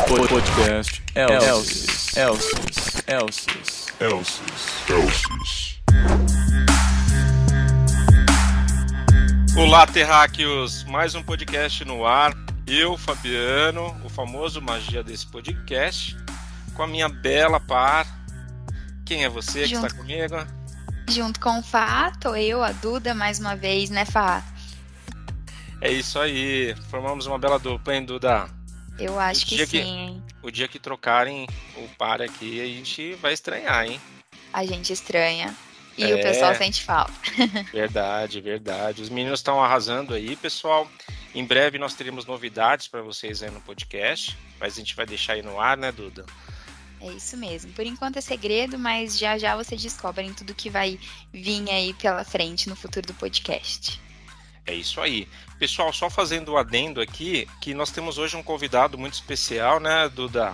Podcast Elsis. Olá, terráqueos! Mais um podcast no ar. Eu, Fabiano, o famoso magia desse podcast, com a minha bela par. Quem é você que está comigo? Junto com o Fá, tô eu, a Duda, mais uma vez, né, Fá? É isso aí, formamos uma bela dupla, hein, Duda? Eu acho que sim, hein? O dia que trocarem o par aqui, a gente vai estranhar, hein? A gente estranha. E o pessoal sente falta. Verdade. Os meninos estão arrasando aí, pessoal. Em breve nós teremos novidades para vocês aí no podcast, mas a gente vai deixar aí no ar, né, Duda? É isso mesmo. Por enquanto é segredo, mas já já vocês descobrem tudo que vai vir aí pela frente no futuro do podcast. É isso aí. Pessoal, só fazendo o adendo aqui, que nós temos hoje um convidado muito especial, né, Duda?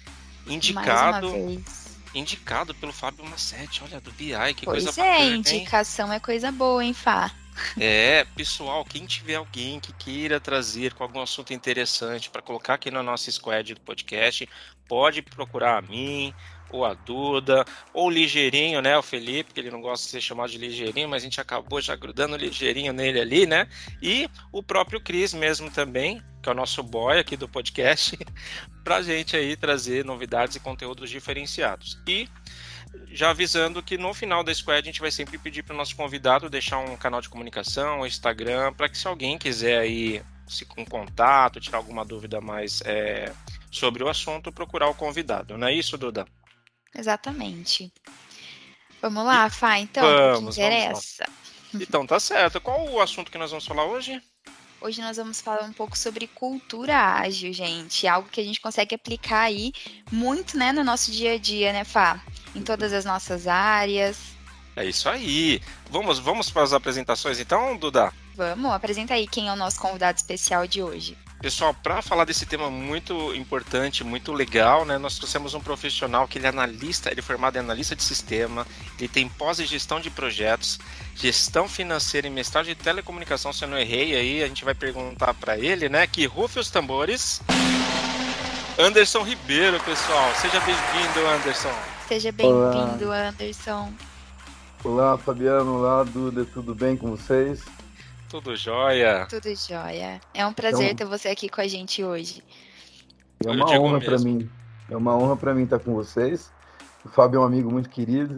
Indicado pelo Fábio Massetti, olha, do BI, que pois coisa bacana, hein? Indicação é coisa boa, hein, Fá? Pessoal, quem tiver alguém que queira trazer com algum assunto interessante para colocar aqui na nossa squad do podcast, pode procurar a mim, ou a Duda, ou o Ligeirinho, né, o Felipe, que ele não gosta de ser chamado de Ligeirinho, mas a gente acabou já grudando o Ligeirinho nele ali, né, e o próprio Cris mesmo também, que é o nosso boy aqui do podcast, pra gente aí trazer novidades e conteúdos diferenciados. E já avisando que no final da squad a gente vai sempre pedir para o nosso convidado deixar um canal de comunicação, um Instagram, para que se alguém quiser aí se com contato, tirar alguma dúvida mais sobre o assunto, procurar o convidado. Não é isso, Duda? Exatamente. Vamos lá, Fá, então, o que interessa. Então, tá certo. Qual o assunto que nós vamos falar hoje? Hoje nós vamos falar um pouco sobre cultura ágil, gente. Algo que a gente consegue aplicar aí muito, né, no nosso dia a dia, né, Fá? Em todas as nossas áreas. É isso aí. Vamos para as apresentações então, Duda? Vamos, apresenta aí quem é o nosso convidado especial de hoje. Pessoal, para falar desse tema muito importante, muito legal, né, nós trouxemos um profissional que ele é analista, ele é formado em analista de sistema, ele tem pós em gestão de projetos, gestão financeira e mestrado de telecomunicação, se eu não errei aí, a gente vai perguntar para ele, né, que rufe os tambores. Anderson Ribeiro, pessoal, seja bem-vindo, Anderson. Seja bem-vindo, Anderson. Olá, Fabiano, olá, Duda, tudo bem com vocês? Tudo jóia. Tudo jóia. É um prazer ter você aqui com a gente hoje. É uma honra para mim. É uma honra para mim estar com vocês. O Fábio é um amigo muito querido.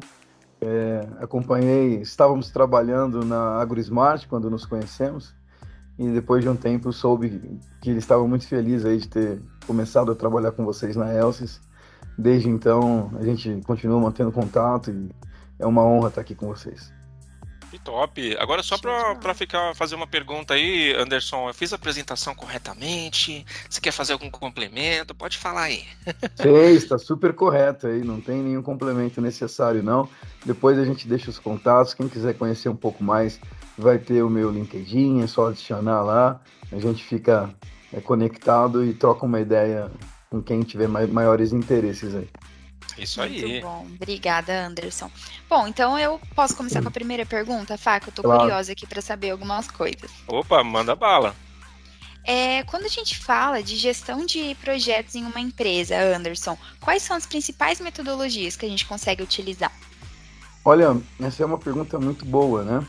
Estávamos trabalhando na AgroSmart quando nos conhecemos. E depois de um tempo soube que ele estava muito feliz aí de ter começado a trabalhar com vocês na Elsis. Desde então, a gente continua mantendo contato e é uma honra estar aqui com vocês. Que top! Agora só para fazer uma pergunta aí, Anderson, eu fiz a apresentação corretamente? Você quer fazer algum complemento? Pode falar aí. Está super correto aí, não tem nenhum complemento necessário não. Depois a gente deixa os contatos, quem quiser conhecer um pouco mais vai ter o meu LinkedIn, é só adicionar lá, a gente fica conectado e troca uma ideia com quem tiver maiores interesses aí. Isso aí. Muito bom. Obrigada, Anderson. Bom, então eu posso começar com a primeira pergunta, Fá, que eu tô curiosa aqui para saber algumas coisas. Opa, manda bala. Quando a gente fala de gestão de projetos em uma empresa, Anderson, quais são as principais metodologias que a gente consegue utilizar? Olha, essa é uma pergunta muito boa, né?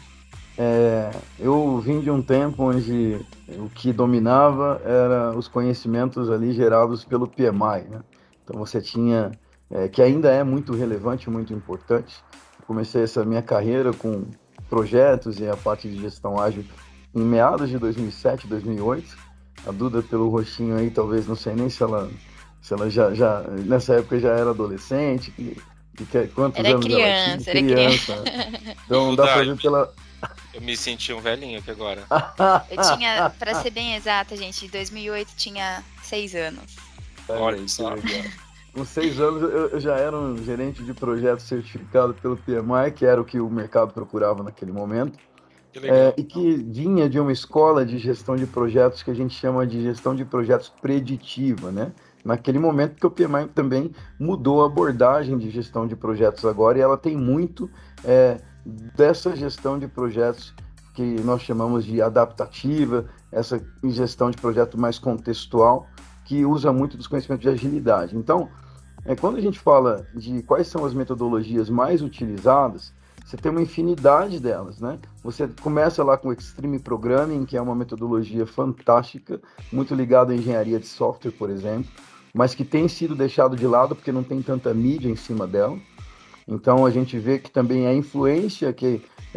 Eu vim de um tempo onde o que dominava era os conhecimentos ali gerados pelo PMI, né? Então você tinha que ainda é muito relevante, muito importante. Comecei essa minha carreira com projetos e a parte de gestão ágil em meados de 2007, 2008. A Duda, pelo rostinho aí, talvez, não sei nem se ela já nessa época já era adolescente. Quantos era anos criança, ela tinha? Criança. Então dá pra ver pela... Eu me senti um velhinho aqui agora. Eu tinha, pra ser bem exata, gente, em 2008 tinha 6 anos. Olha só. Com 6 anos eu já era um gerente de projeto certificado pelo PMI, que era o que o mercado procurava naquele momento. E que vinha de uma escola de gestão de projetos que a gente chama de gestão de projetos preditiva, né? Naquele momento que o PMI também mudou a abordagem de gestão de projetos agora, e ela tem muito dessa gestão de projetos que nós chamamos de adaptativa, essa gestão de projeto mais contextual, que usa muito dos conhecimentos de agilidade. Então, quando a gente fala de quais são as metodologias mais utilizadas, você tem uma infinidade delas, né? Você começa lá com o Extreme Programming, que é uma metodologia fantástica, muito ligada à engenharia de software, por exemplo, mas que tem sido deixado de lado porque não tem tanta mídia em cima dela. Então, a gente vê que também a influência que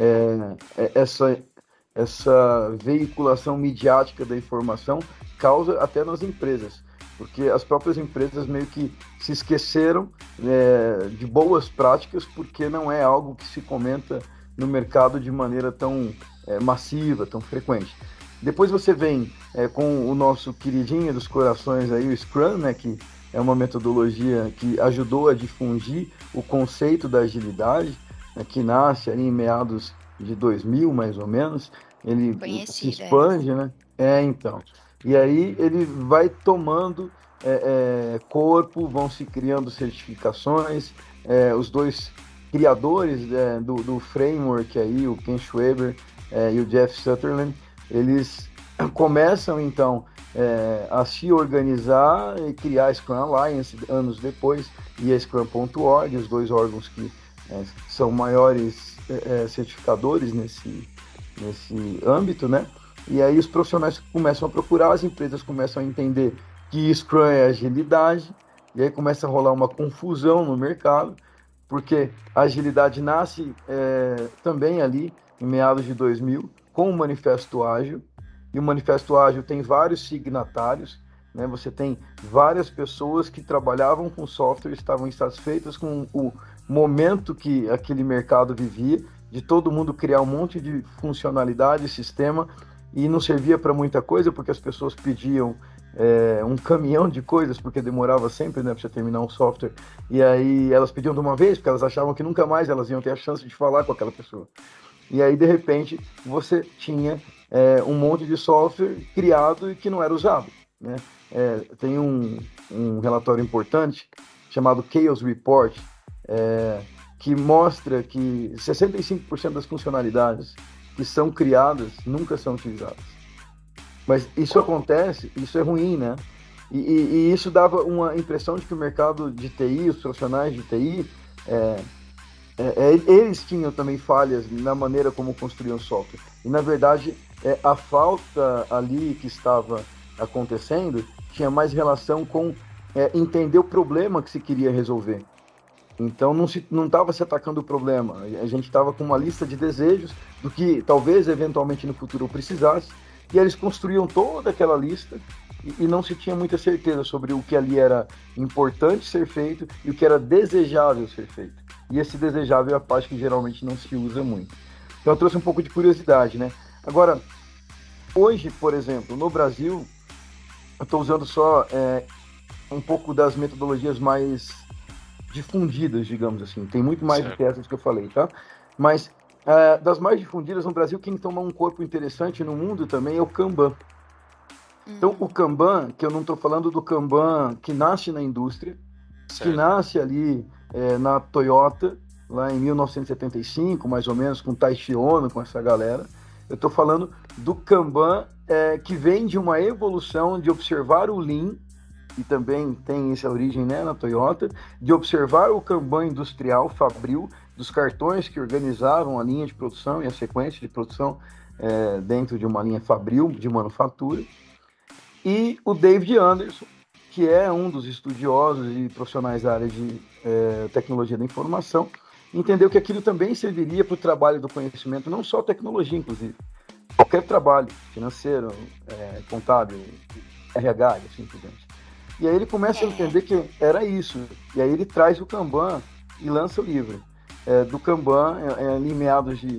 essa veiculação midiática da informação causa até nas empresas, porque as próprias empresas meio que se esqueceram de boas práticas, porque não é algo que se comenta no mercado de maneira tão massiva, tão frequente. Depois você vem com o nosso queridinho dos corações aí, o Scrum, né, que é uma metodologia que ajudou a difundir o conceito da agilidade, né, que nasce aí em meados de 2000, mais ou menos. Ele se expande, né? Então. E aí ele vai tomando corpo, vão se criando certificações. Os dois criadores do framework aí, o Ken Schwaber e o Jeff Sutherland, eles começam então a se organizar e criar a Scrum Alliance anos depois, e a Scrum.org, os dois órgãos que são maiores certificadores nesse âmbito, né? E aí os profissionais começam a procurar, as empresas começam a entender que Scrum é agilidade, e aí começa a rolar uma confusão no mercado, porque a agilidade nasce também ali em meados de 2000 com o Manifesto Ágil, e o Manifesto Ágil tem vários signatários, né? Você tem várias pessoas que trabalhavam com software, estavam insatisfeitas com o momento que aquele mercado vivia, de todo mundo criar um monte de funcionalidade, sistema, e não servia para muita coisa, porque as pessoas pediam um caminhão de coisas, porque demorava sempre, né, para você terminar um software, e aí elas pediam de uma vez, porque elas achavam que nunca mais elas iam ter a chance de falar com aquela pessoa. E aí, de repente, você tinha um monte de software criado e que não era usado, né? Tem um relatório importante chamado Chaos Report, que mostra que 65% das funcionalidades que são criadas nunca são utilizadas. Mas isso acontece, isso é ruim, né? E isso dava uma impressão de que o mercado de TI, os profissionais de TI, eles tinham também falhas na maneira como construíam software. E, na verdade, a falta ali que estava acontecendo tinha mais relação com entender o problema que se queria resolver. Então, não estava se atacando o problema. A gente estava com uma lista de desejos do que talvez, eventualmente, no futuro eu precisasse. E eles construíam toda aquela lista e não se tinha muita certeza sobre o que ali era importante ser feito e o que era desejável ser feito. E esse desejável é a parte que geralmente não se usa muito. Então, eu trouxe um pouco de curiosidade, né? Agora, hoje, por exemplo, no Brasil, eu estou usando só um pouco das metodologias mais difundidas, digamos assim. Tem muito mais do que essas que eu falei, tá? Mas das mais difundidas no Brasil, quem toma um corpo interessante no mundo também é o Kanban. Então, o Kanban, que eu não estou falando do Kanban que nasce na indústria, que nasce ali na Toyota, lá em 1975, mais ou menos, com Taishi Ono, com essa galera. Eu estou falando do Kanban que vem de uma evolução de observar o Lean, e também tem essa origem, né, na Toyota, de observar o Kanban industrial, fabril, dos cartões que organizavam a linha de produção e a sequência de produção dentro de uma linha fabril, de manufatura. E o David Anderson, que é um dos estudiosos e profissionais da área de tecnologia da informação, entendeu que aquilo também serviria para o trabalho do conhecimento, não só tecnologia, inclusive. Qualquer trabalho financeiro, contábil, RH, e assim por diante. E aí ele começa a entender que era isso. E aí ele traz o Kanban e lança o livro. Do Kanban, ali em meados de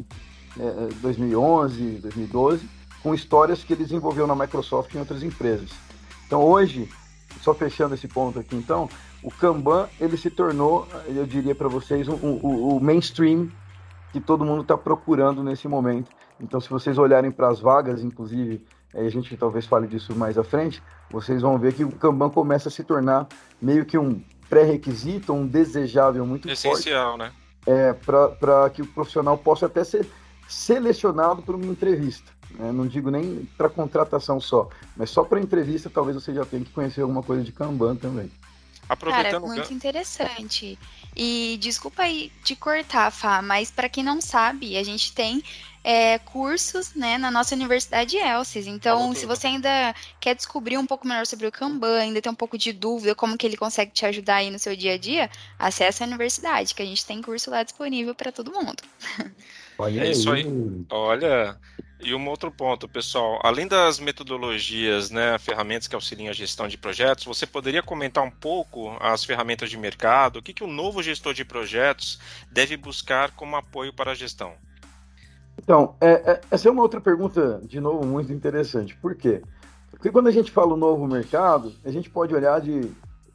2011, 2012, com histórias que ele desenvolveu na Microsoft e em outras empresas. Então hoje, só fechando esse ponto aqui então, o Kanban, ele se tornou, eu diria para vocês, o mainstream que todo mundo está procurando nesse momento. Então se vocês olharem para as vagas, inclusive, a gente talvez fale disso mais à frente, vocês vão ver que o Kanban começa a se tornar meio que um pré-requisito, um desejável muito essencial, forte. Né? Para que o profissional possa até ser selecionado para uma entrevista. Né? Não digo nem para contratação só, mas só para entrevista talvez você já tenha que conhecer alguma coisa de Kanban também. Cara, muito interessante. E desculpa aí te cortar, Fá, mas para quem não sabe, a gente tem cursos, né, na nossa Universidade Elsis. Então, se você ainda quer descobrir um pouco melhor sobre o Kanban, ainda tem um pouco de dúvida como que ele consegue te ajudar aí no seu dia a dia, acesse a universidade, que a gente tem curso lá disponível para todo mundo. Olha É isso aí. Olha, e um outro ponto, pessoal, além das metodologias, né, ferramentas que auxiliam a gestão de projetos, você poderia comentar um pouco as ferramentas de mercado, o que o novo gestor de projetos deve buscar como apoio para a gestão? Então, essa é uma outra pergunta, de novo, muito interessante. Por quê? Porque quando a gente fala o novo mercado, a gente pode olhar de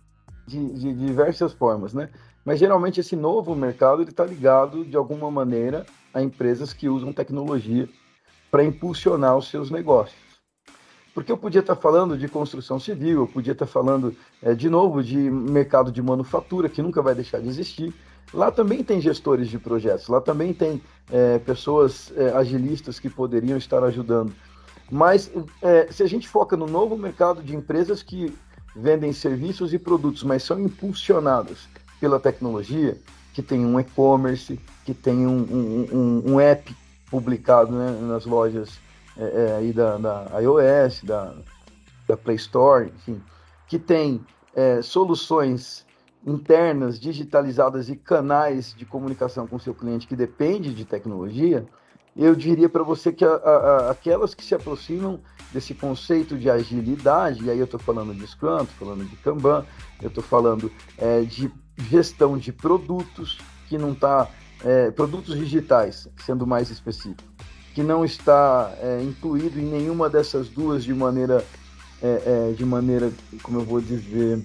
diversas formas, né? Mas geralmente esse novo mercado está ligado, de alguma maneira, a empresas que usam tecnologia para impulsionar os seus negócios. Porque eu podia estar falando de construção civil, eu podia estar falando, de novo, de mercado de manufatura, que nunca vai deixar de existir. Lá também tem gestores de projetos, lá também tem pessoas agilistas que poderiam estar ajudando. Mas se a gente foca no novo mercado de empresas que vendem serviços e produtos, mas são impulsionadas pela tecnologia, que tem um e-commerce, que tem um app publicado, né, nas lojas aí da iOS, da Play Store, enfim, que tem soluções internas, digitalizadas e canais de comunicação com o seu cliente que depende de tecnologia, eu diria para você que aquelas que se aproximam desse conceito de agilidade, e aí eu estou falando de Scrum, estou falando de Kanban, eu estou falando de gestão de produtos, que não está, produtos digitais, sendo mais específico, que não está incluído em nenhuma dessas duas de maneira, como eu vou dizer,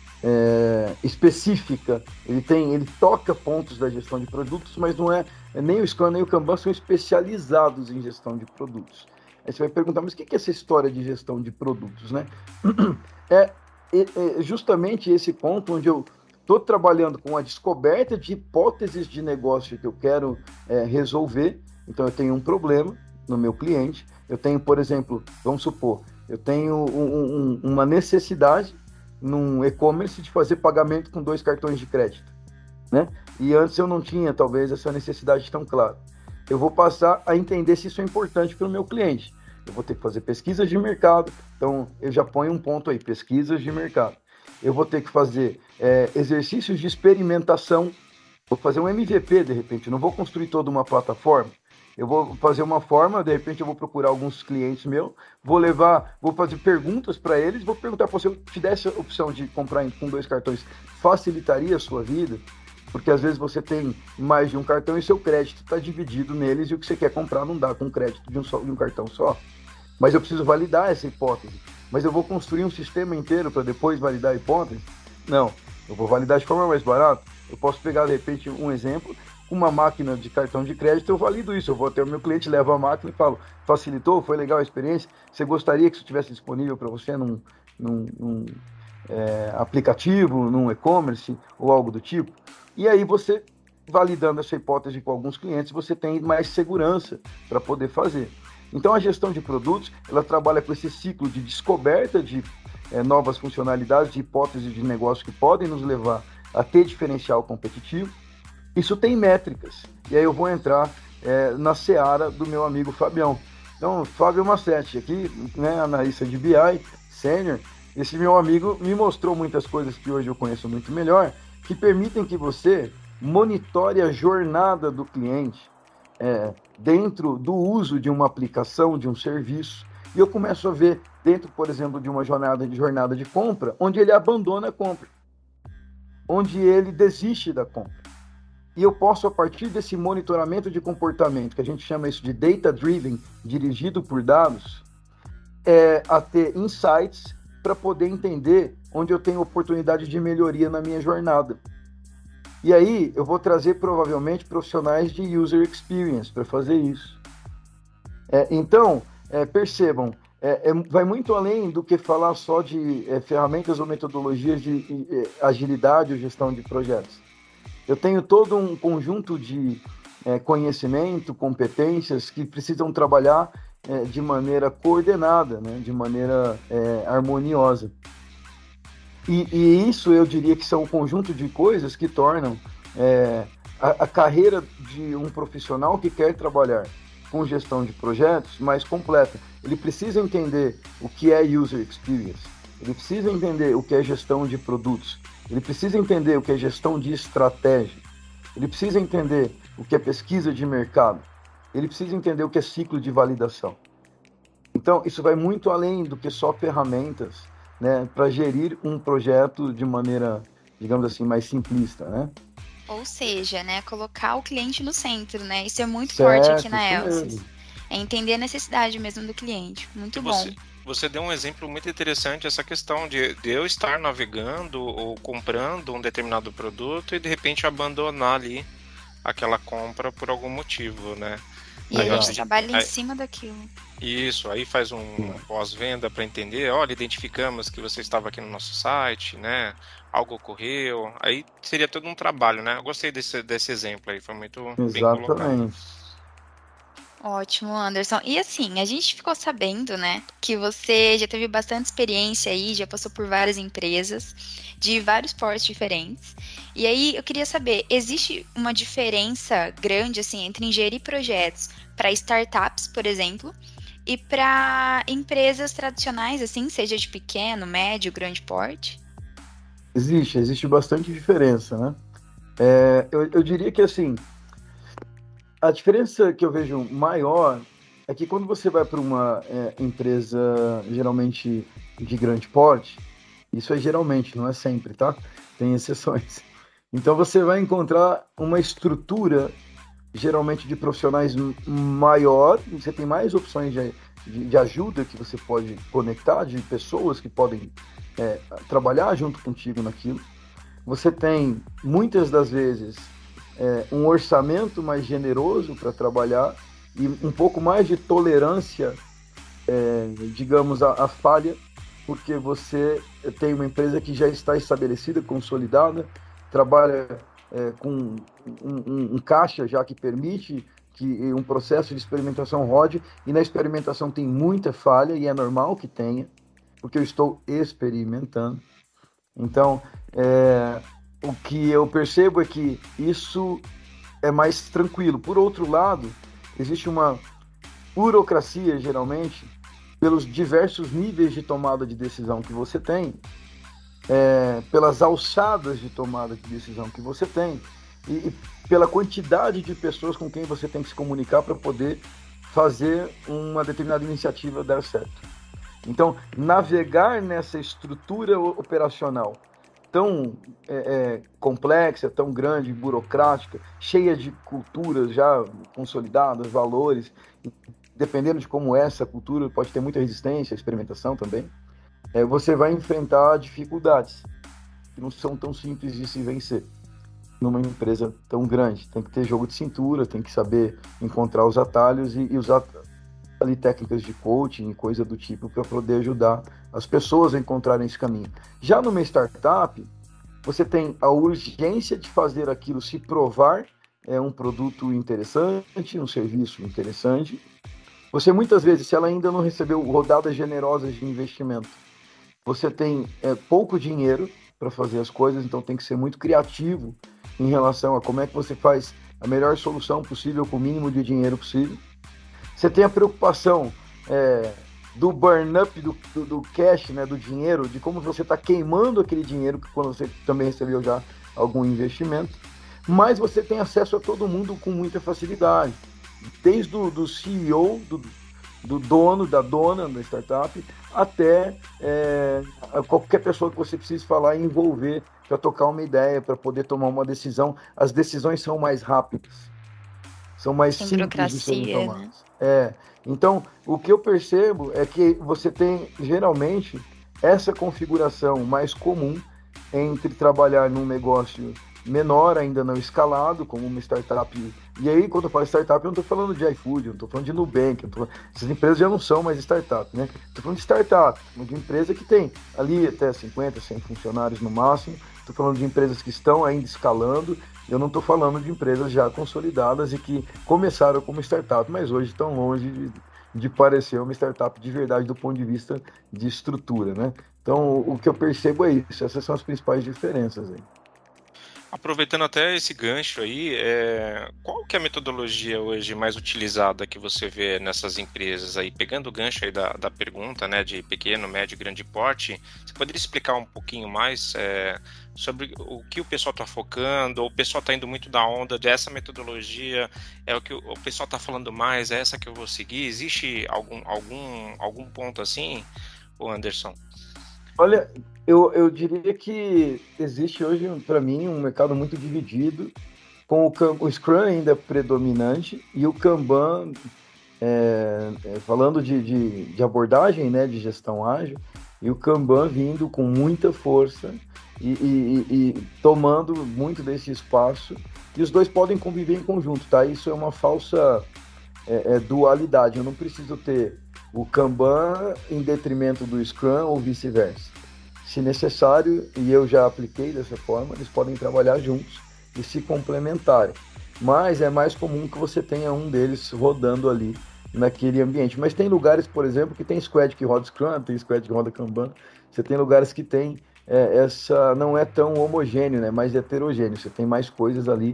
específica. Ele toca pontos da gestão de produtos, mas não nem o Scrum nem o Kanban são especializados em gestão de produtos. Aí você vai perguntar, mas o que é essa história de gestão de produtos, né? É justamente esse ponto onde eu estou trabalhando com a descoberta de hipóteses de negócio que eu quero resolver. Então eu tenho um problema no meu cliente, eu tenho, por exemplo, vamos supor, eu tenho uma necessidade num e-commerce de fazer pagamento com 2 cartões de crédito, né? E antes eu não tinha, talvez, essa necessidade tão clara. Eu vou passar a entender se isso é importante para o meu cliente. Eu vou ter que fazer pesquisas de mercado, então eu já ponho um ponto aí, pesquisas de mercado. Eu vou ter que fazer exercícios de experimentação, vou fazer um MVP, de repente, eu não vou construir toda uma plataforma. Eu vou fazer uma forma, de repente eu vou procurar alguns clientes meus, vou fazer perguntas para eles, vou perguntar, se eu te desse a opção de comprar com 2 cartões, facilitaria a sua vida? Porque às vezes você tem mais de um cartão e seu crédito está dividido neles e o que você quer comprar não dá com crédito de um cartão só. Mas eu preciso validar essa hipótese. Mas eu vou construir um sistema inteiro para depois validar a hipótese? Não. Eu vou validar de forma mais barata. Eu posso pegar, de repente, um exemplo, uma máquina de cartão de crédito, eu valido isso. Eu vou até o meu cliente, levo a máquina e falo, facilitou, foi legal a experiência? Você gostaria que isso estivesse disponível para você num aplicativo, num e-commerce ou algo do tipo? E aí você, validando essa hipótese com alguns clientes, você tem mais segurança para poder fazer. Então a gestão de produtos, ela trabalha com esse ciclo de descoberta de novas funcionalidades, de hipóteses de negócio que podem nos levar a ter diferencial competitivo. Isso tem métricas, e aí eu vou entrar na seara do meu amigo Fabião. Então, Fábio Massetti, aqui, né, analista de BI, sênior, esse meu amigo me mostrou muitas coisas que hoje eu conheço muito melhor, que permitem que você monitore a jornada do cliente dentro do uso de uma aplicação, de um serviço, e eu começo a ver dentro, por exemplo, de uma jornada de compra, onde ele abandona a compra, onde ele desiste da compra. E eu posso, a partir desse monitoramento de comportamento, que a gente chama isso de data-driven, dirigido por dados, a ter insights para poder entender onde eu tenho oportunidade de melhoria na minha jornada. E aí eu vou trazer provavelmente profissionais de user experience para fazer isso. Então, percebam, vai muito além do que falar só de ferramentas ou metodologias de agilidade ou gestão de projetos. Eu tenho todo um conjunto de conhecimento, competências que precisam trabalhar de maneira coordenada, né? De maneira harmoniosa. E isso eu diria que são um conjunto de coisas que tornam a carreira de um profissional que quer trabalhar com gestão de projetos mais completa. Ele precisa entender o que é user experience, ele precisa entender o que é gestão de produtos, ele precisa entender o que é gestão de estratégia, ele precisa entender o que é pesquisa de mercado, ele precisa entender o que é ciclo de validação. Então, isso vai muito além do que só ferramentas, né, para gerir um projeto de maneira, digamos assim, mais simplista, né? Ou seja, né, colocar o cliente no centro, né? Isso é muito Certo, forte aqui na isso Elsys. mesmo. É entender a necessidade mesmo do cliente. Muito bom. Você deu um exemplo muito interessante, essa questão de eu estar navegando ou comprando um determinado produto e de repente abandonar ali aquela compra por algum motivo, né? E a gente trabalha em cima daquilo. Isso, aí faz um pós-venda para entender, olha, identificamos que você estava aqui no nosso site, né? Algo ocorreu, aí seria todo um trabalho, né? Eu gostei desse exemplo aí, foi muito bem colocado. Exatamente. Ótimo, Anderson. E assim, a gente ficou sabendo, né, que você já teve bastante experiência aí, já passou por várias empresas, de vários portos diferentes. E aí, eu queria saber, existe uma diferença grande, assim, entre gerir projetos para startups, por exemplo, e para empresas tradicionais, assim, seja de pequeno, médio, grande porte? Existe bastante diferença, né? Eu diria que, assim, a diferença que eu vejo maior é que quando você vai para uma empresa geralmente de grande porte, isso é geralmente, não é sempre, tá? Tem exceções. Então você vai encontrar uma estrutura geralmente de profissionais maior, você tem mais opções de ajuda que você pode conectar, de pessoas que podem trabalhar junto contigo naquilo. Você tem, muitas das vezes, um orçamento mais generoso para trabalhar e um pouco mais de tolerância, digamos, à falha, porque você tem uma empresa que já está estabelecida, consolidada, trabalha com um caixa já que permite que um processo de experimentação rode, e na experimentação tem muita falha, e é normal que tenha, porque eu estou experimentando. Então, o que eu percebo é que isso é mais tranquilo. Por outro lado, existe uma burocracia, geralmente, pelos diversos níveis de tomada de decisão que você tem, pelas alçadas de tomada de decisão que você tem, e pela quantidade de pessoas com quem você tem que se comunicar para poder fazer uma determinada iniciativa dar certo. Então, navegar nessa estrutura operacional tão complexa, tão grande, burocrática, cheia de culturas já consolidadas, valores, dependendo de como é essa cultura, pode ter muita resistência, experimentação também, você vai enfrentar dificuldades que não são tão simples de se vencer numa empresa tão grande. Tem que ter jogo de cintura, tem que saber encontrar os atalhos e usar ali técnicas de coaching e coisa do tipo para poder ajudar as pessoas a encontrarem esse caminho. Já numa startup, você tem a urgência de fazer aquilo se provar um produto interessante, um serviço interessante. Você muitas vezes, se ela ainda não recebeu rodadas generosas de investimento, você tem pouco dinheiro para fazer as coisas, então tem que ser muito criativo em relação a como é que você faz a melhor solução possível com o mínimo de dinheiro possível. Você tem a preocupação do burn-up do cash, né, do dinheiro, de como você está queimando aquele dinheiro quando você também recebeu já algum investimento, mas você tem acesso a todo mundo com muita facilidade, desde do CEO, do dono, da dona da startup, até qualquer pessoa que você precise falar e envolver para tocar uma ideia, para poder tomar uma decisão. As decisões são mais rápidas, são mais simples de serem tomadas. Né? Então, o que eu percebo é que você tem, geralmente, essa configuração mais comum entre trabalhar num negócio menor, ainda não escalado, como uma startup. E aí, quando eu falo startup, eu não estou falando de iFood, eu não estou falando de Nubank, essas empresas já não são mais startup, né? Estou falando de startup, de empresa que tem ali até 50, 100 funcionários no máximo. Estou falando de empresas que estão ainda escalando Eu não estou falando de empresas já consolidadas e que começaram como startup, mas hoje estão longe de parecer uma startup de verdade do ponto de vista de estrutura, né? Então, o que eu percebo é isso. Essas são as principais diferenças aí. Aproveitando até esse gancho aí, qual que é a metodologia hoje mais utilizada que você vê nessas empresas aí? Pegando o gancho aí da pergunta, né, de pequeno, médio e grande porte, você poderia explicar um pouquinho mais sobre o que o pessoal está focando, ou o pessoal está indo muito da onda dessa metodologia, é o que o pessoal está falando mais, é essa que eu vou seguir? Existe algum ponto assim, ô Anderson? Olha, eu diria que existe hoje, para mim, um mercado muito dividido, com o Scrum ainda predominante e o Kanban, falando de abordagem, né, de gestão ágil, e o Kanban vindo com muita força e tomando muito desse espaço, e os dois podem conviver em conjunto, tá? Isso é uma falsa dualidade. Eu não preciso ter o Kanban em detrimento do Scrum ou vice-versa. Se necessário, e eu já apliquei dessa forma, eles podem trabalhar juntos e se complementarem. Mas é mais comum que você tenha um deles rodando ali naquele ambiente. Mas tem lugares, por exemplo, que tem squad que roda Scrum, tem squad que roda Kanban. Você tem lugares que tem não é tão homogêneo, né? Mais heterogêneo. Você tem mais coisas ali.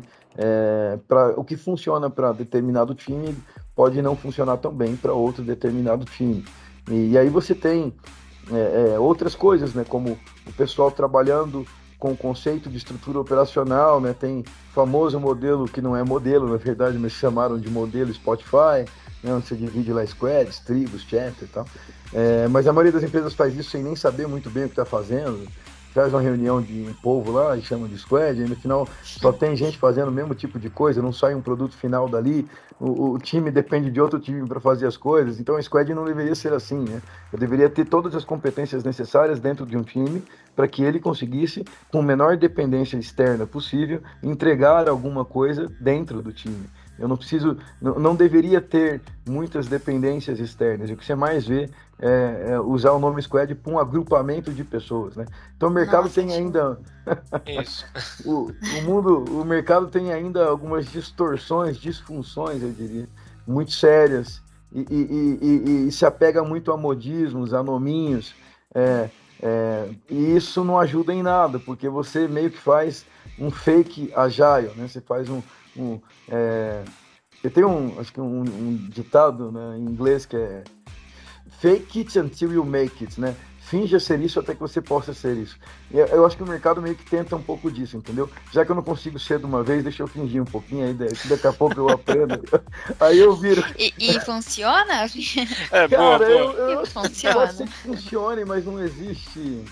O que funciona para determinado time pode não funcionar tão bem para outro determinado time. E aí você tem outras coisas, né? Como o pessoal trabalhando com o conceito de estrutura operacional, né? Tem o famoso modelo, que não é modelo, na verdade, mas chamaram de modelo Spotify, né? Onde você divide lá squads, tribos, chapter e tal. Mas a maioria das empresas faz isso sem nem saber muito bem o que está fazendo. Faz uma reunião de um povo lá e chama de squad, e no final só tem gente fazendo o mesmo tipo de coisa, não sai um produto final dali, o time depende de outro time para fazer as coisas, então o squad não deveria ser assim, né? Eu deveria ter todas as competências necessárias dentro de um time para que ele conseguisse, com a menor dependência externa possível, entregar alguma coisa dentro do time. Eu não deveria ter muitas dependências externas. O que você mais vê é usar o nome squad para um agrupamento de pessoas, né? Então o mercado tem ainda Isso. o mercado tem ainda algumas distorções, disfunções, eu diria, muito sérias e se apega muito a modismos, a nominhos, e isso não ajuda em nada, porque você meio que faz um fake agile, né? Você faz eu tenho acho que um ditado, né, em inglês que é fake it until you make it, né? Finja ser isso até que você possa ser isso. E eu acho que o mercado meio que tenta um pouco disso, entendeu? Já que eu não consigo ser de uma vez, deixa eu fingir um pouquinho, aí daqui a pouco eu aprendo. Aí eu viro. E funciona? Cara, eu funciona. Pode ser que funcione, mas não existe.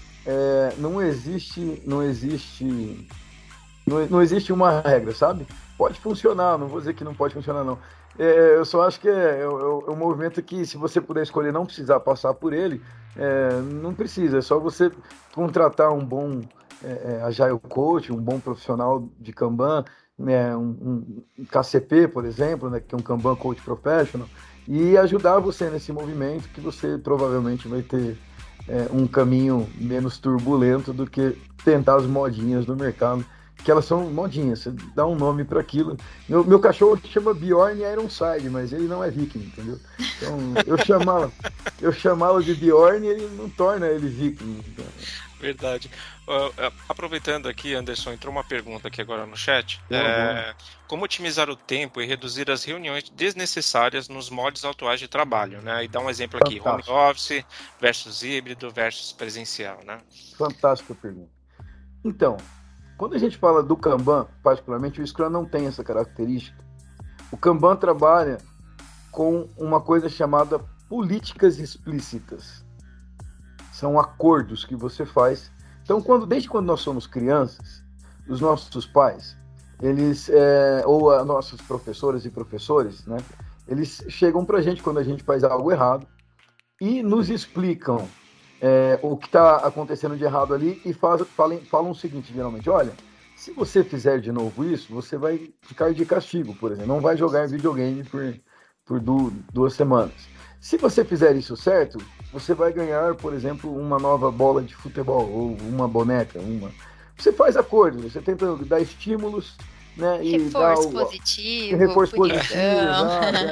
Não existe uma regra, sabe? Pode funcionar, não vou dizer que não pode funcionar, não. Eu só acho que é um movimento que, se você puder escolher não precisar passar por ele, não precisa. É só você contratar um bom Agile Coach, um bom profissional de Kanban, né, um KCP, por exemplo, né, que é um Kanban Coach Professional, e ajudar você nesse movimento, que você provavelmente vai ter um caminho menos turbulento do que tentar as modinhas do mercado, que elas são modinhas, você dá um nome para aquilo. Meu cachorro chama Bjorn Ironside, mas ele não é viking, entendeu? Então, eu chamá-lo de Bjorn e ele não torna ele viking. Então. Verdade. Aproveitando aqui, Anderson, entrou uma pergunta aqui agora no chat. Como otimizar o tempo e reduzir as reuniões desnecessárias nos modos atuais de trabalho, né? E dá um exemplo aqui, Fantástico. home office versus híbrido versus presencial, né? Fantástica pergunta. Então, quando a gente fala do Kanban, particularmente, o Scrum não tem essa característica. O Kanban trabalha com uma coisa chamada políticas explícitas. São acordos que você faz. Então, desde quando nós somos crianças, os nossos pais, ou nossos professoras e professores, né, eles chegam para a gente quando a gente faz algo errado e nos explicam o que está acontecendo de errado ali e falam o seguinte, geralmente: olha, se você fizer de novo isso, você vai ficar de castigo, por exemplo, não vai jogar videogame por 2 semanas. Se você fizer isso certo, você vai ganhar, por exemplo, uma nova bola de futebol, ou uma boneca, Você faz acordos, você tenta dar estímulos, né? Reforço positivo. Reforço positivo, né?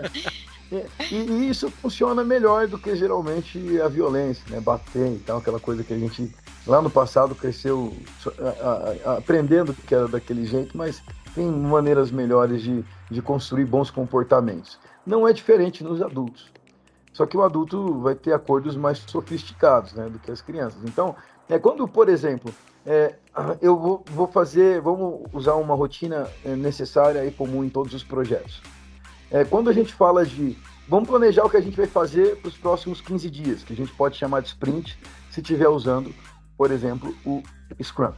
E isso funciona melhor do que geralmente a violência, né? Bater e tal, aquela coisa que a gente lá no passado cresceu aprendendo que era daquele jeito, mas tem maneiras melhores de construir bons comportamentos. Não é diferente nos adultos. Só que o adulto vai ter acordos mais sofisticados, né, do que as crianças. Então, quando, por exemplo, eu vamos usar uma rotina necessária e comum em todos os projetos. Quando a gente fala vamos planejar o que a gente vai fazer para os próximos 15 dias, que a gente pode chamar de sprint, se estiver usando, por exemplo, o Scrum.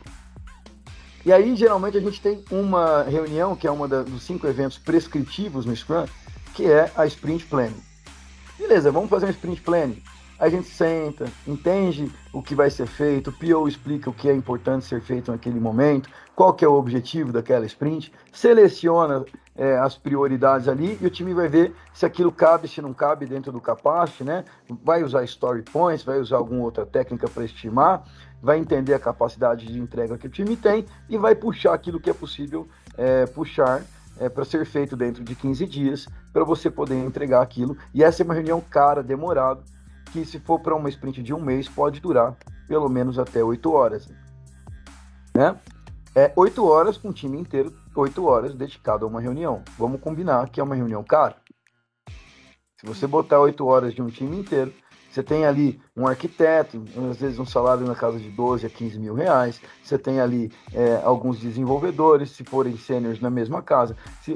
E aí, geralmente, a gente tem uma reunião, que é dos 5 eventos prescritivos no Scrum, que é a Sprint Planning. Beleza, vamos fazer um Sprint Planning. A gente senta, entende o que vai ser feito, o PO explica o que é importante ser feito naquele momento, qual que é o objetivo daquela sprint, seleciona as prioridades ali e o time vai ver se aquilo cabe, se não cabe dentro do capacity, né? Vai usar story points, vai usar alguma outra técnica para estimar, vai entender a capacidade de entrega que o time tem e vai puxar aquilo que é possível puxar para ser feito dentro de 15 dias, para você poder entregar aquilo. E essa é uma reunião cara, demorada, que se for para uma sprint de 1 mês, pode durar pelo menos até 8 horas. Né? 8 horas com o time inteiro, 8 horas dedicado a uma reunião. Vamos combinar que é uma reunião cara. Se você botar 8 horas de um time inteiro, você tem ali um arquiteto, às vezes um salário na casa de 12 a 15 mil reais, você tem ali alguns desenvolvedores, se forem sêniores na mesma casa.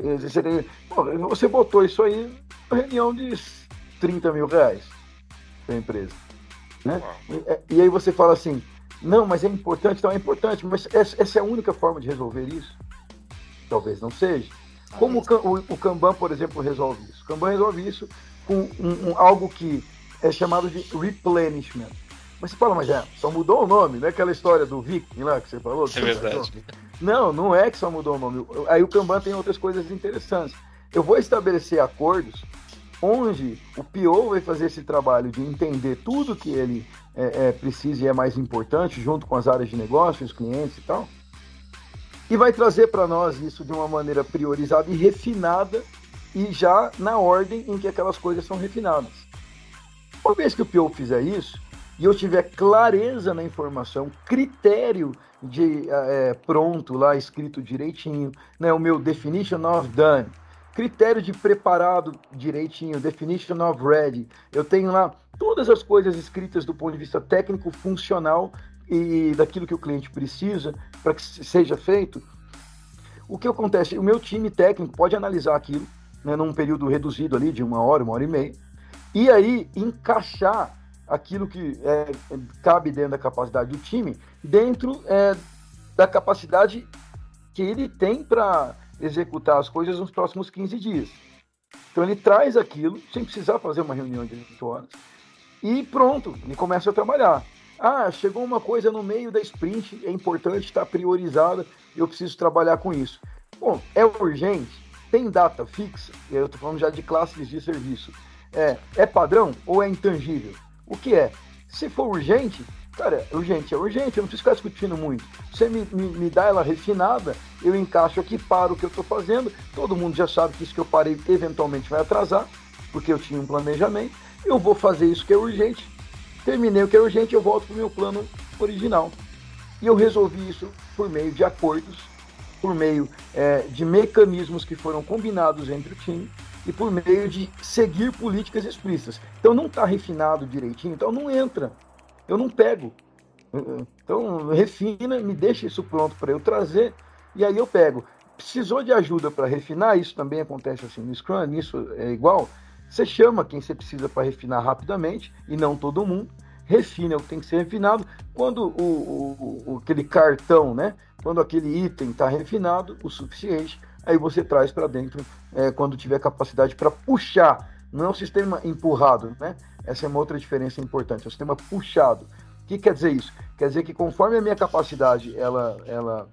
Você botou isso aí na reunião de 30 mil reais da empresa. Né? E aí você fala assim, não, mas é importante, então é importante, mas essa é a única forma de resolver isso? Talvez não seja. Como o Kanban, por exemplo, resolve isso? O Kanban resolve isso com algo que é chamado de replenishment. Mas você fala, mas só mudou o nome, não é aquela história do Viking lá que você falou? É verdade. Não é que só mudou o nome. Aí o Kanban tem outras coisas interessantes. Eu vou estabelecer acordos onde o PO vai fazer esse trabalho de entender tudo que ele precisa e é mais importante, junto com as áreas de negócio, os clientes e tal, e vai trazer para nós isso de uma maneira priorizada e refinada, e já na ordem em que aquelas coisas são refinadas. Uma vez que o PO fizer isso, e eu tiver clareza na informação, critério pronto lá, escrito direitinho, né, o meu definition of done, critério de preparado direitinho, definition of ready, eu tenho lá todas as coisas escritas do ponto de vista técnico, funcional e daquilo que o cliente precisa para que seja feito. O que acontece? O meu time técnico pode analisar aquilo, né, num período reduzido ali de 1 hora, 1 hora e meia, e aí encaixar aquilo que cabe dentro da capacidade do time, dentro da capacidade que ele tem para executar as coisas nos próximos 15 dias. Então ele traz aquilo, sem precisar fazer uma reunião de 8 horas, e pronto, ele começa a trabalhar. Chegou uma coisa no meio da sprint, é importante, está priorizada, eu preciso trabalhar com isso. Bom, é urgente, tem data fixa, eu estou falando já de classes de serviço, é padrão ou é intangível? O que é? Se for urgente, cara, urgente é urgente, eu não preciso ficar discutindo muito. Você me dá ela refinada, eu encaixo aqui, paro o que eu estou fazendo, todo mundo já sabe que isso que eu parei eventualmente vai atrasar, porque eu tinha um planejamento, eu vou fazer isso que é urgente, terminei o que é urgente, eu volto para o meu plano original. E eu resolvi isso por meio de acordos, por meio de mecanismos que foram combinados entre o time e por meio de seguir políticas explícitas. Então não está refinado direitinho, então não entra. Eu não pego. Então refina, me deixa isso pronto para eu trazer e aí eu pego. Precisou de ajuda para refinar, isso também acontece assim no Scrum, isso é igual. Você chama quem você precisa para refinar rapidamente e não todo mundo. Refina o que tem que ser refinado. Quando aquele cartão, né? Quando aquele item está refinado o suficiente, aí você traz para dentro quando tiver capacidade para puxar. Não é um sistema empurrado, né? Essa é uma outra diferença importante. É um sistema puxado. O que quer dizer isso? Quer dizer que conforme a minha capacidade ela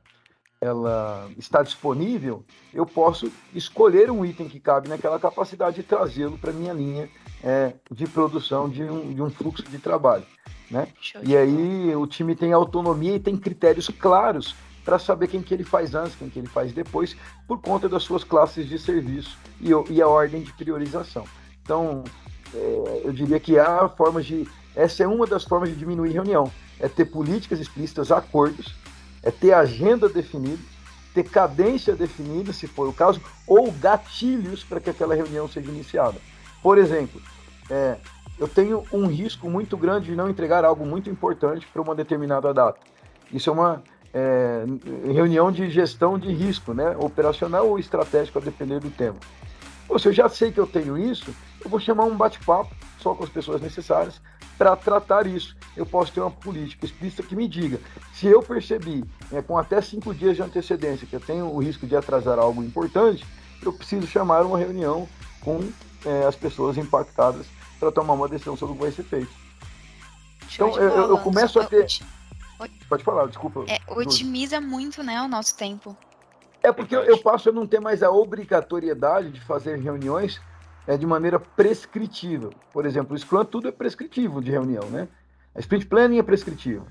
está disponível, eu posso escolher um item que cabe naquela capacidade e trazê-lo para a minha linha de produção de um fluxo de trabalho. Né? E aí o time tem autonomia e tem critérios claros para saber quem que ele faz antes, quem que ele faz depois, por conta das suas classes de serviço e a ordem de priorização. Então, eu diria que essa é uma das formas de diminuir reunião, é ter políticas explícitas, acordos, é ter agenda definida, ter cadência definida, se for o caso, ou gatilhos para que aquela reunião seja iniciada. Por exemplo, eu tenho um risco muito grande de não entregar algo muito importante para uma determinada data. Isso é uma reunião de gestão de risco, né? Operacional ou estratégico, a depender do tema. Se eu já sei que eu tenho isso, eu vou chamar um bate-papo só com as pessoas necessárias para tratar isso. Eu posso ter uma política explícita que me diga, se eu percebi, com até 5 dias de antecedência, que eu tenho o risco de atrasar algo importante, eu preciso chamar uma reunião com as pessoas impactadas para tomar uma decisão sobre o que vai ser feito. Então, eu começo a ter... Pode falar, desculpa. Otimiza muito, né, o nosso tempo. Porque eu passo a não ter mais a obrigatoriedade de fazer reuniões de maneira prescritiva. Por exemplo, o Scrum tudo é prescritivo de reunião, né? A Sprint Planning é prescritiva.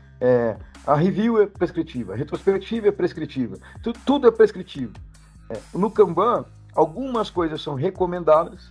A Review é prescritiva. A Retrospectiva é prescritiva. Tudo é prescritivo. No Kanban, algumas coisas são recomendadas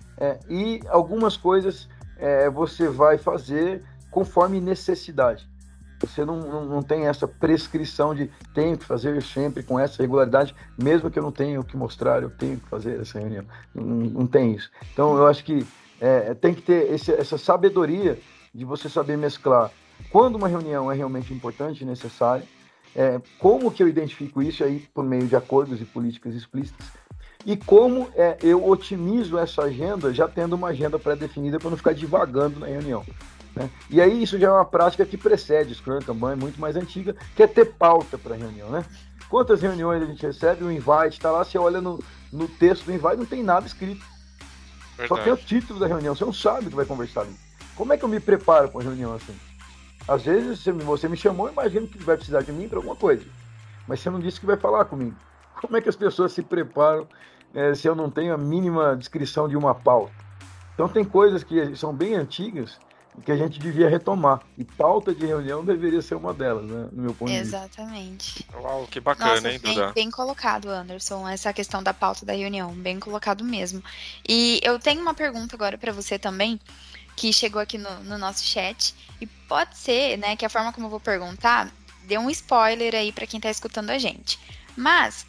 e algumas coisas você vai fazer conforme necessidade. Você não tem essa prescrição de tenho que fazer sempre com essa regularidade, mesmo que eu não tenha o que mostrar, eu tenho que fazer essa reunião. Não tem isso. Então, eu acho que tem que ter essa sabedoria de você saber mesclar quando uma reunião é realmente importante e necessária, como que eu identifico isso aí por meio de acordos e políticas explícitas, e como eu otimizo essa agenda já tendo uma agenda pré-definida para não ficar divagando na reunião. E aí isso já é uma prática que precede Scrum, Kanban, é muito mais antiga, que é ter pauta para reunião, né? Quantas reuniões a gente recebe, o invite, está lá, você olha no texto do invite, não tem nada escrito. Verdade. Só tem o título da reunião, você não sabe o que vai conversar ali. Como é que eu me preparo para uma reunião assim? Às vezes você me chamou, eu imagino que vai precisar de mim para alguma coisa, mas você não disse que vai falar comigo. Como é que as pessoas se preparam se eu não tenho a mínima descrição de uma pauta? Então tem coisas que são bem antigas que a gente devia retomar. E pauta de reunião deveria ser uma delas, né? No meu ponto de vista. Exatamente. Uau, que bacana, Nossa, hein, Duda? Bem colocado, Anderson, essa questão da pauta da reunião. Bem colocado mesmo. E eu tenho uma pergunta agora para você também, que chegou aqui no nosso chat. E pode ser, né, que a forma como eu vou perguntar dê um spoiler aí para quem está escutando a gente. Mas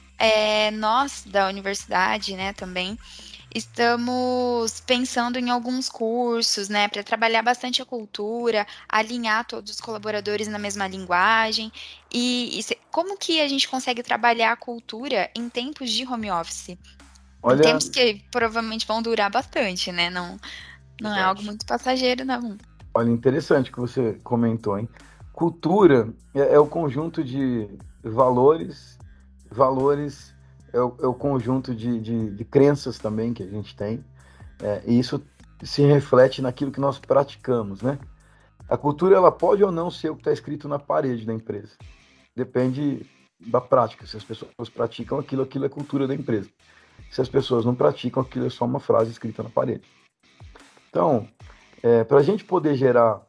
nós da universidade, né, também estamos pensando em alguns cursos, né, para trabalhar bastante a cultura, alinhar todos os colaboradores na mesma linguagem. E como que a gente consegue trabalhar a cultura em tempos de home office? Em tempos que provavelmente vão durar bastante, né? Não é algo muito passageiro, não. Olha, interessante que você comentou, hein? Cultura é o conjunto de valores é o conjunto de crenças também que a gente tem, e isso se reflete naquilo que nós praticamos, né? A cultura, ela pode ou não ser o que está escrito na parede da empresa. Depende da prática. Se as pessoas praticam aquilo é cultura da empresa. Se as pessoas não praticam, aquilo é só uma frase escrita na parede. Então, para a gente poder gerar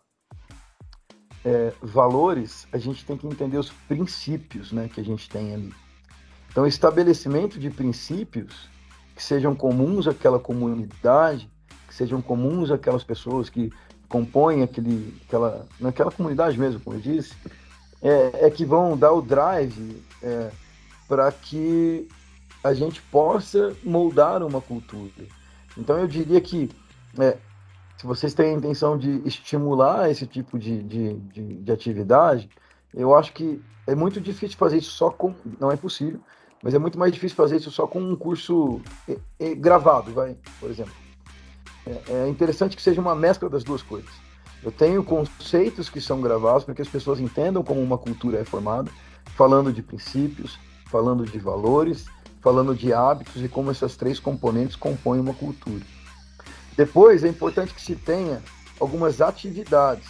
valores, a gente tem que entender os princípios, né, que a gente tem ali. Então, estabelecimento de princípios que sejam comuns àquela comunidade, que sejam comuns àquelas pessoas que compõem naquela comunidade mesmo, como eu disse, que vão dar o drive para que a gente possa moldar uma cultura. Então, eu diria que se vocês têm a intenção de estimular esse tipo de atividade, eu acho que é muito difícil fazer isso só com... Não é possível, mas é muito mais difícil fazer isso só com um curso gravado, por exemplo. É interessante que seja uma mescla das duas coisas. Eu tenho conceitos que são gravados para que as pessoas entendam como uma cultura é formada, falando de princípios, falando de valores, falando de hábitos e como essas 3 componentes compõem uma cultura. Depois, é importante que se tenha algumas atividades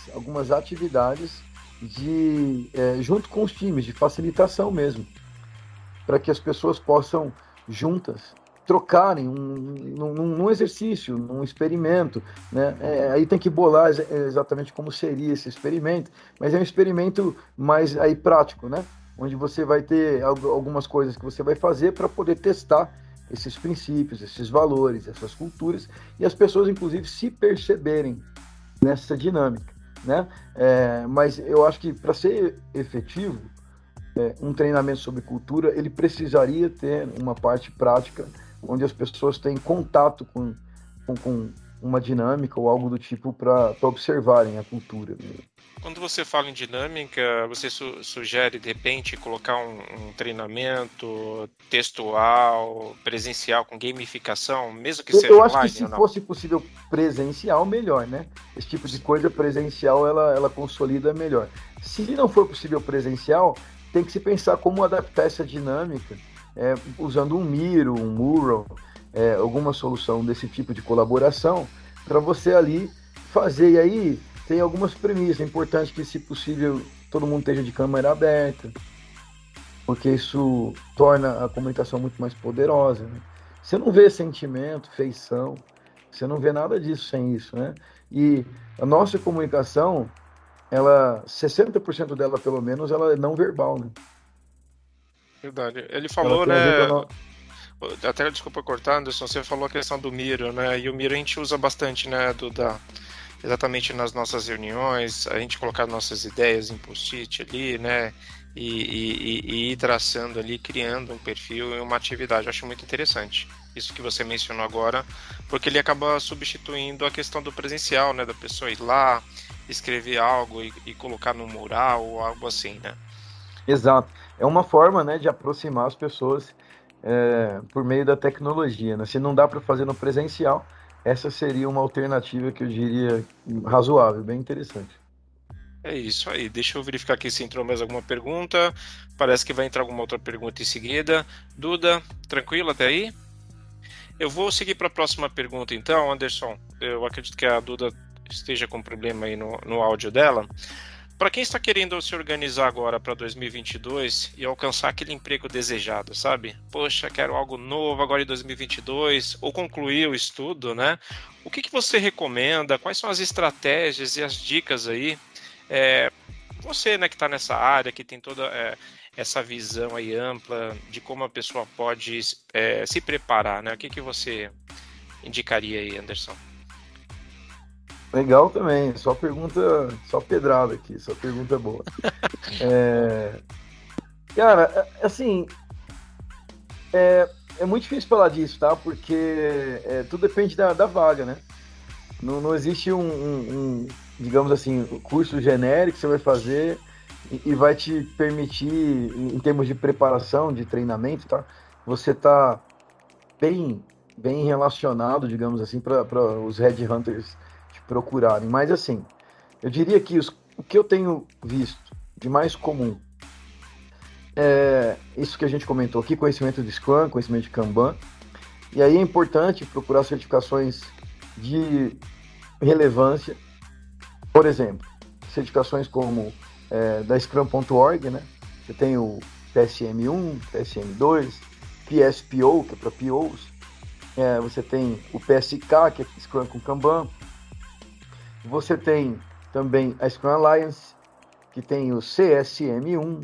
junto com os times, de facilitação mesmo, para que as pessoas possam, juntas, trocarem num exercício, num experimento, né? Aí tem que bolar exatamente como seria esse experimento, mas é um experimento mais aí prático, né? onde você vai ter algumas coisas que você vai fazer para poder testar esses princípios, esses valores, essas culturas, e as pessoas, inclusive, se perceberem nessa dinâmica, né? Mas eu acho que para ser efetivo, um treinamento sobre cultura, ele precisaria ter uma parte prática, onde as pessoas têm contato com uma dinâmica ou algo do tipo para observarem a cultura. Quando você fala em dinâmica, você sugere, de repente, colocar um treinamento textual, presencial, com gamificação, mesmo que seja online? Eu acho que se não? fosse possível presencial, melhor, né? Esse tipo de coisa presencial, ela consolida melhor. Se não for possível presencial, tem que se pensar como adaptar essa dinâmica, usando um Miro, um Mural, alguma solução desse tipo de colaboração, para você ali fazer. E aí tem algumas premissas. É importante que, se possível, todo mundo esteja de câmera aberta, porque isso torna a comunicação muito mais poderosa, né? Você não vê sentimento, feição, você não vê nada disso sem isso, né? E a nossa comunicação, 60% dela, pelo menos, ela é não verbal, né? Verdade. Ele falou, né? Até, desculpa cortar, Anderson, você falou a questão do Miro, né? E o Miro a gente usa bastante, né, Duda? Exatamente nas nossas reuniões, a gente colocar nossas ideias em post-it ali, né? E ir traçando ali, criando um perfil e uma atividade. Eu acho muito interessante isso que você mencionou agora, porque ele acaba substituindo a questão do presencial, né? Da pessoa ir lá, escrever algo e colocar no mural ou algo assim, né? Exato. É uma forma, né, de aproximar as pessoas por meio da tecnologia, né? Se não dá para fazer no presencial, essa seria uma alternativa que eu diria razoável, bem interessante. É isso aí. Deixa eu verificar aqui se entrou mais alguma pergunta. Parece que vai entrar alguma outra pergunta em seguida. Duda, tranquilo até aí? Eu vou seguir para a próxima pergunta então, Anderson. Eu acredito que a Duda esteja com problema aí no áudio dela. Para quem está querendo se organizar agora para 2022 e alcançar aquele emprego desejado, sabe? Poxa, quero algo novo agora em 2022, ou concluir o estudo, né? O que você recomenda? Quais são as estratégias e as dicas aí? Você, né, que está nessa área, que tem toda essa visão aí ampla de como a pessoa pode se preparar, né? O que você indicaria aí, Anderson? Legal também, só pedrada aqui, só pergunta boa. Cara, assim, é muito difícil falar disso, tá? Porque tudo depende da vaga, né? Não existe digamos assim, curso genérico que você vai fazer e vai te permitir, em termos de preparação, de treinamento, tá? Você tá bem relacionado, digamos assim, para os headhunters procurarem. Mas assim, eu diria que o que eu tenho visto de mais comum é isso que a gente comentou aqui, conhecimento de Scrum, conhecimento de Kanban. E aí é importante procurar certificações de relevância. Por exemplo, certificações como da Scrum.org, né? Você tem o PSM1, PSM2, PSPO, que é para POs. Você tem o PSK, que é Scrum com Kanban. Você tem também a Scrum Alliance, que tem o CSM1,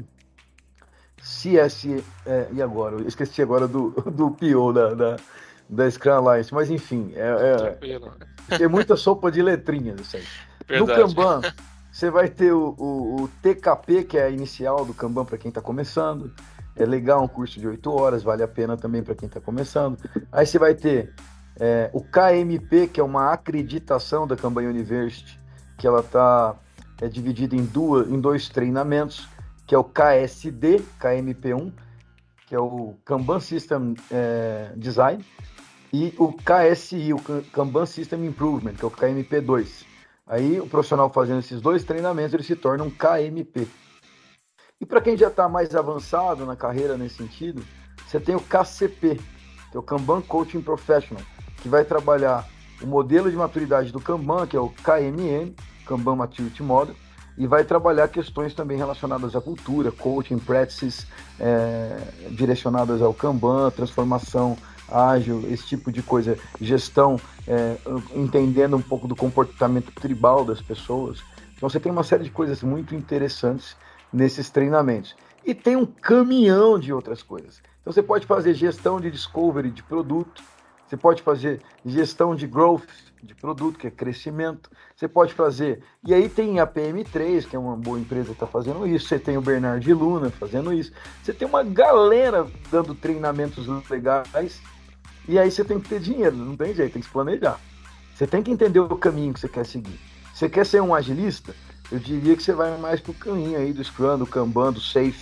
e agora? Eu esqueci agora do PO da Scrum Alliance, mas enfim, tem muita sopa de letrinhas isso aí. Verdade. No Kanban, você vai ter o TKP, que é a inicial do Kanban para quem está começando. É legal, um curso de 8 horas, vale a pena também para quem está começando. Aí você vai ter o KMP, que é uma acreditação da Kanban University, que ela está dividida em dois treinamentos, que é o KSD, KMP1, que é o Kanban System Design, e o KSI, o Kanban System Improvement, que é o KMP2. Aí o profissional fazendo esses dois treinamentos, ele se torna um KMP. E para quem já está mais avançado na carreira nesse sentido, você tem o KCP, que é o Kanban Coaching Professional, que vai trabalhar o modelo de maturidade do Kanban, que é o KMM, Kanban Maturity Model, e vai trabalhar questões também relacionadas à cultura, coaching, practices direcionadas ao Kanban, transformação ágil, esse tipo de coisa, gestão, entendendo um pouco do comportamento tribal das pessoas. Então você tem uma série de coisas muito interessantes nesses treinamentos. E tem um caminhão de outras coisas. Então você pode fazer gestão de discovery de produto, você pode fazer gestão de growth de produto, que é crescimento, você pode fazer... E aí tem a PM3, que é uma boa empresa que está fazendo isso, você tem o Bernard Luna fazendo isso, você tem uma galera dando treinamentos legais, e aí você tem que ter dinheiro, não tem jeito, tem que se planejar. Você tem que entender o caminho que você quer seguir. Você quer ser um agilista? Eu diria que você vai mais pro caminho aí do Scrum, do Kanban, do Safe.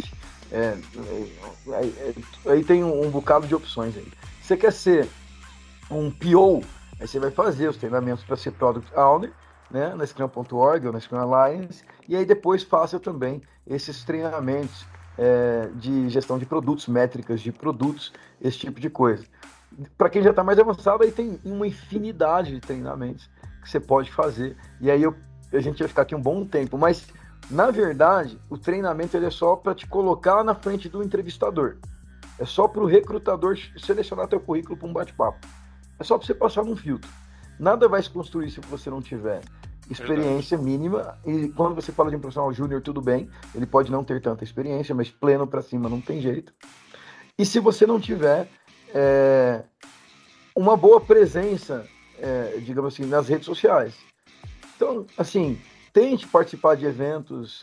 Aí tem um bocado de opções aí. Você quer ser um PO? Aí você vai fazer os treinamentos para ser Product Owner, né, na Scrum.org ou na Scrum Alliance, e aí depois faça também esses treinamentos de gestão de produtos, métricas de produtos, esse tipo de coisa. Para quem já está mais avançado, aí tem uma infinidade de treinamentos que você pode fazer, e aí a gente vai ficar aqui um bom tempo, mas na verdade o treinamento ele é só para te colocar na frente do entrevistador, é só para o recrutador selecionar teu currículo para um bate-papo, é só para você passar num filtro. Nada vai se construir se você não tiver experiência mínima, e quando você fala de um profissional júnior, tudo bem, ele pode não ter tanta experiência, mas pleno para cima não tem jeito. E se você não tiver uma boa presença, digamos assim, nas redes sociais. Então, assim, tente participar de eventos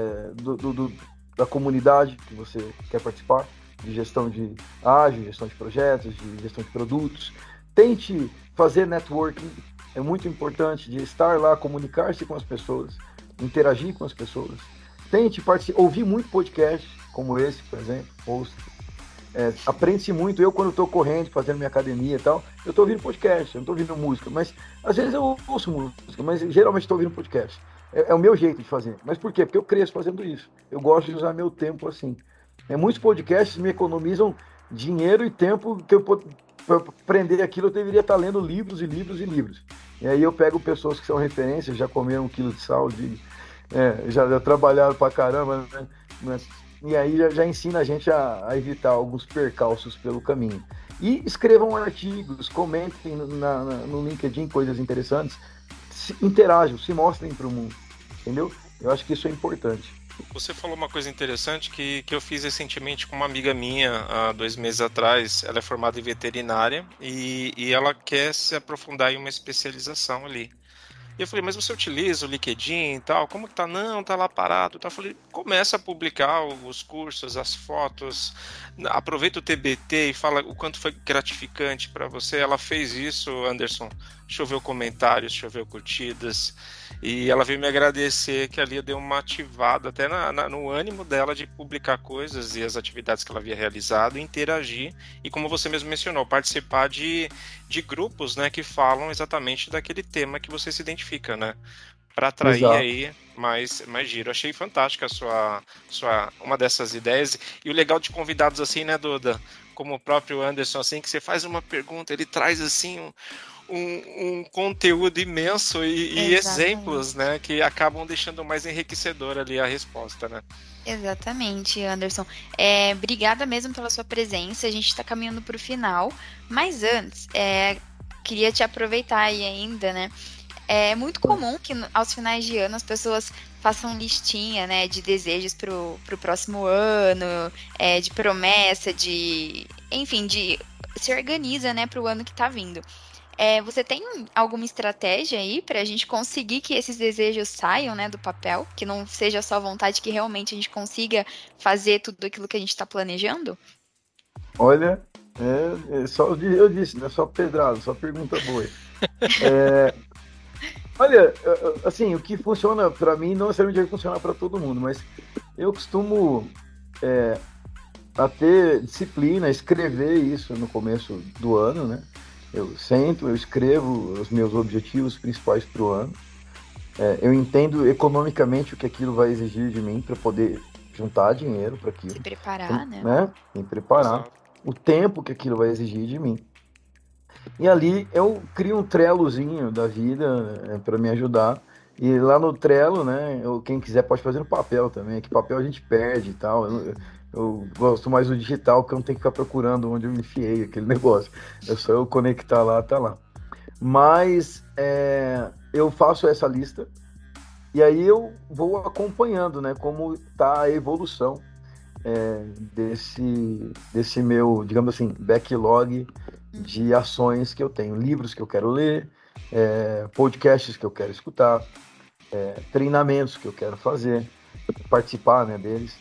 da comunidade que você quer participar, de gestão de ágil, gestão de projetos, de gestão de produtos. Tente fazer networking, é muito importante, de estar lá, comunicar-se com as pessoas, interagir com as pessoas. Tente ouvir muito podcast, como esse, por exemplo, aprende-se muito. Eu, quando estou correndo, fazendo minha academia e tal, eu estou ouvindo podcast, eu não estou ouvindo música, mas às vezes eu ouço música, mas geralmente estou ouvindo podcast. É o meu jeito de fazer. Mas por quê? Porque eu cresço fazendo isso. Eu gosto de usar meu tempo assim. Muitos podcasts me economizam dinheiro e tempo que para aprender aquilo eu deveria estar lendo livros e livros e livros. E aí eu pego pessoas que são referências, já comeram 1 quilo de sal, já trabalharam pra caramba, né? E aí já ensina a gente a evitar alguns percalços pelo caminho. E escrevam artigos, comentem no LinkedIn coisas interessantes, interajam, se mostrem para o mundo, entendeu? Eu acho que isso é importante. Você falou uma coisa interessante que eu fiz recentemente com uma amiga minha, há 2 meses atrás. Ela é formada em veterinária e ela quer se aprofundar em uma especialização ali. E eu falei, mas você utiliza o LinkedIn e tal? Como que tá? Não, tá lá parado. Eu falei, começa a publicar os cursos, as fotos, aproveita o TBT e fala o quanto foi gratificante para você. Ela fez isso, Anderson. Choveu comentários, choveu curtidas. E ela veio me agradecer que ali eu dei uma ativada até no ânimo dela de publicar coisas e as atividades que ela havia realizado, interagir e, como você mesmo mencionou, participar de grupos, né, que falam exatamente daquele tema que você se identifica, né? Para atrair aí mais giro. Achei fantástica uma dessas ideias. E o legal de convidados assim, né, Duda? Como o próprio Anderson, assim, que você faz uma pergunta, ele traz assim um conteúdo imenso e exemplos, né, que acabam deixando mais enriquecedor ali a resposta, né? Exatamente, Anderson. Obrigada mesmo pela sua presença. A gente está caminhando para o final, mas antes, queria te aproveitar aí ainda, né? É muito comum que aos finais de ano as pessoas façam listinha, né, de desejos pro próximo ano, de promessa, enfim, se organiza, né, pro ano que tá vindo. Você tem alguma estratégia aí para a gente conseguir que esses desejos saiam, né, do papel? Que não seja só vontade, que realmente a gente consiga fazer tudo aquilo que a gente está planejando? Olha, eu disse, não é só pedrada, só pergunta boa. Olha, assim, o que funciona para mim não necessariamente vai funcionar para todo mundo, mas eu costumo a ter disciplina, escrever isso no começo do ano, né? Eu sento, eu escrevo os meus objetivos principais para o ano. Eu entendo economicamente o que aquilo vai exigir de mim para poder juntar dinheiro para aquilo. Se preparar, né? Me preparar. O tempo que aquilo vai exigir de mim. E ali eu crio um Trelozinho da vida para me ajudar. E lá no Trello, né? Quem quiser pode fazer no papel também. Que papel a gente perde e tal. Eu gosto mais do digital, porque eu não tenho que ficar procurando onde eu enfiei aquele negócio. É só eu conectar lá, tá lá. Mas eu faço essa lista e aí eu vou acompanhando, né, como tá a evolução. desse meu, digamos assim, backlog de ações que eu tenho, livros que eu quero ler, podcasts que eu quero escutar, treinamentos que eu quero fazer, participar, né, deles,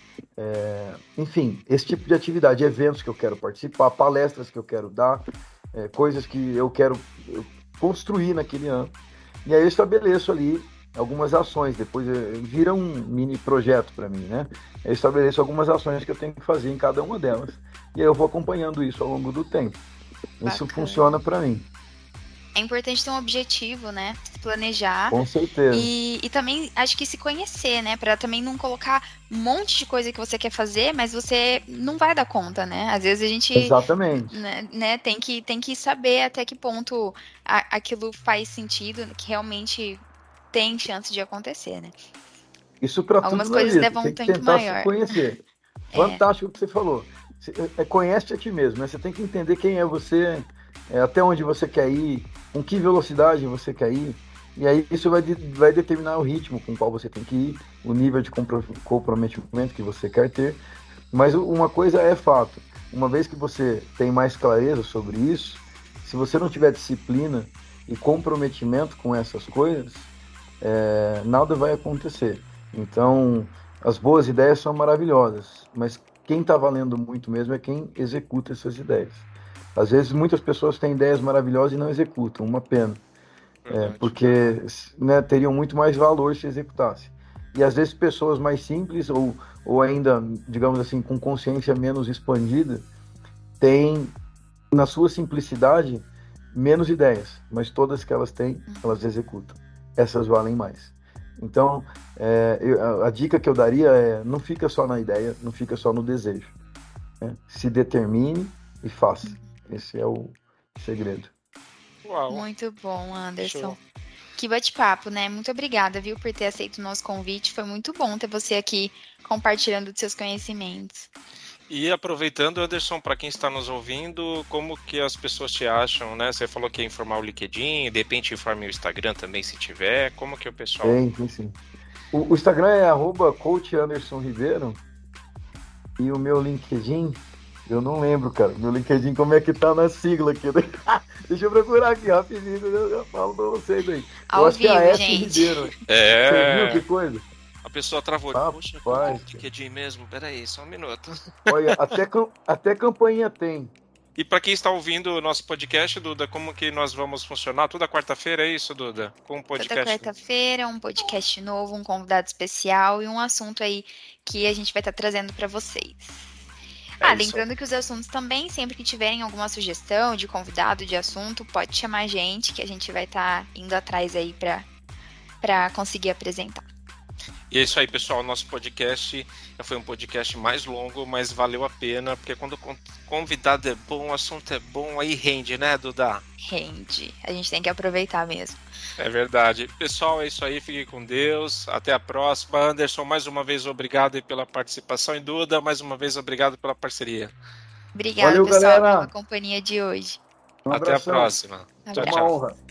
enfim, esse tipo de atividade, eventos que eu quero participar, palestras que eu quero dar, coisas que eu quero construir naquele ano. E aí eu estabeleço ali algumas ações, depois vira um mini projeto para mim, né? Eu estabeleço algumas ações que eu tenho que fazer em cada uma delas. E aí eu vou acompanhando isso ao longo do tempo. Bacana. Isso funciona para mim. É importante ter um objetivo, né? Se planejar. Com certeza. E também acho que se conhecer, né? Para também não colocar um monte de coisa que você quer fazer, mas você não vai dar conta, né? Às vezes a gente Exatamente. Né, tem que saber até que ponto aquilo faz sentido, que realmente tem chance de acontecer, né? Isso para tudo na coisas vida. levam Tem um que tempo tentar maior. se conhecer. Fantástico o que você falou. Conhece a ti mesmo, né? Você tem que entender quem é você, até onde você quer ir, com que velocidade você quer ir, e aí isso vai determinar o ritmo com o qual você tem que ir, o nível de comprometimento que você quer ter. Mas uma coisa é fato, uma vez que você tem mais clareza sobre isso, se você não tiver disciplina e comprometimento com essas coisas, nada vai acontecer. Então, as boas ideias são maravilhosas, mas quem está valendo muito mesmo é quem executa essas ideias. Às vezes, muitas pessoas têm ideias maravilhosas e não executam, uma pena. Porque, né, teriam muito mais valor se executasse. E às vezes pessoas mais simples ou ainda, digamos assim, com consciência menos expandida, têm, na sua simplicidade, menos ideias, mas todas que elas têm, elas executam. Essas valem mais. Então, a dica que eu daria é: não fica só na ideia, não fica só no desejo, né? Se determine e faça. Esse é o segredo. Uau. Muito bom, Anderson. Show. Que bate-papo, né? Muito obrigada, viu, por ter aceito o nosso convite. Foi muito bom ter você aqui compartilhando dos seus conhecimentos. E aproveitando, Anderson, para quem está nos ouvindo, como que as pessoas te acham, né? Você falou que ia informar o LinkedIn, de repente informe o Instagram também, se tiver. Como que o pessoal... Tem sim. O Instagram é @coachandersonribeiro e o meu LinkedIn, eu não lembro, cara. Meu LinkedIn, como é que tá na sigla aqui? Deixa eu procurar aqui rapidinho, eu falo pra vocês aí. Ao eu acho vivo, que é a S gente. Ribeiro. É. Você viu que coisa? A pessoa travou. Poxa, qual é o LinkedIn mesmo? Peraí, só um minuto. Olha, até campainha tem. E para quem está ouvindo o nosso podcast, Duda, como que nós vamos funcionar? Toda quarta-feira, é isso, Duda? Com um podcast. Toda quarta-feira, um podcast novo, um convidado especial e um assunto aí que a gente vai estar trazendo para vocês. Lembrando que os assuntos também, sempre que tiverem alguma sugestão de convidado, de assunto, pode chamar a gente, que a gente vai estar indo atrás aí para conseguir apresentar. E é isso aí, pessoal. Nosso podcast foi um podcast mais longo, mas valeu a pena, porque quando o convidado é bom, o assunto é bom, aí rende, né, Duda? Rende. A gente tem que aproveitar mesmo. É verdade. Pessoal, é isso aí. Fiquem com Deus. Até a próxima. Anderson, mais uma vez, obrigado pela participação. E Duda, mais uma vez, obrigado pela parceria. Obrigada, valeu, pessoal, galera. pela companhia de hoje. Um Até abração. a próxima. Abraço. Tchau, Uma tchau. honra.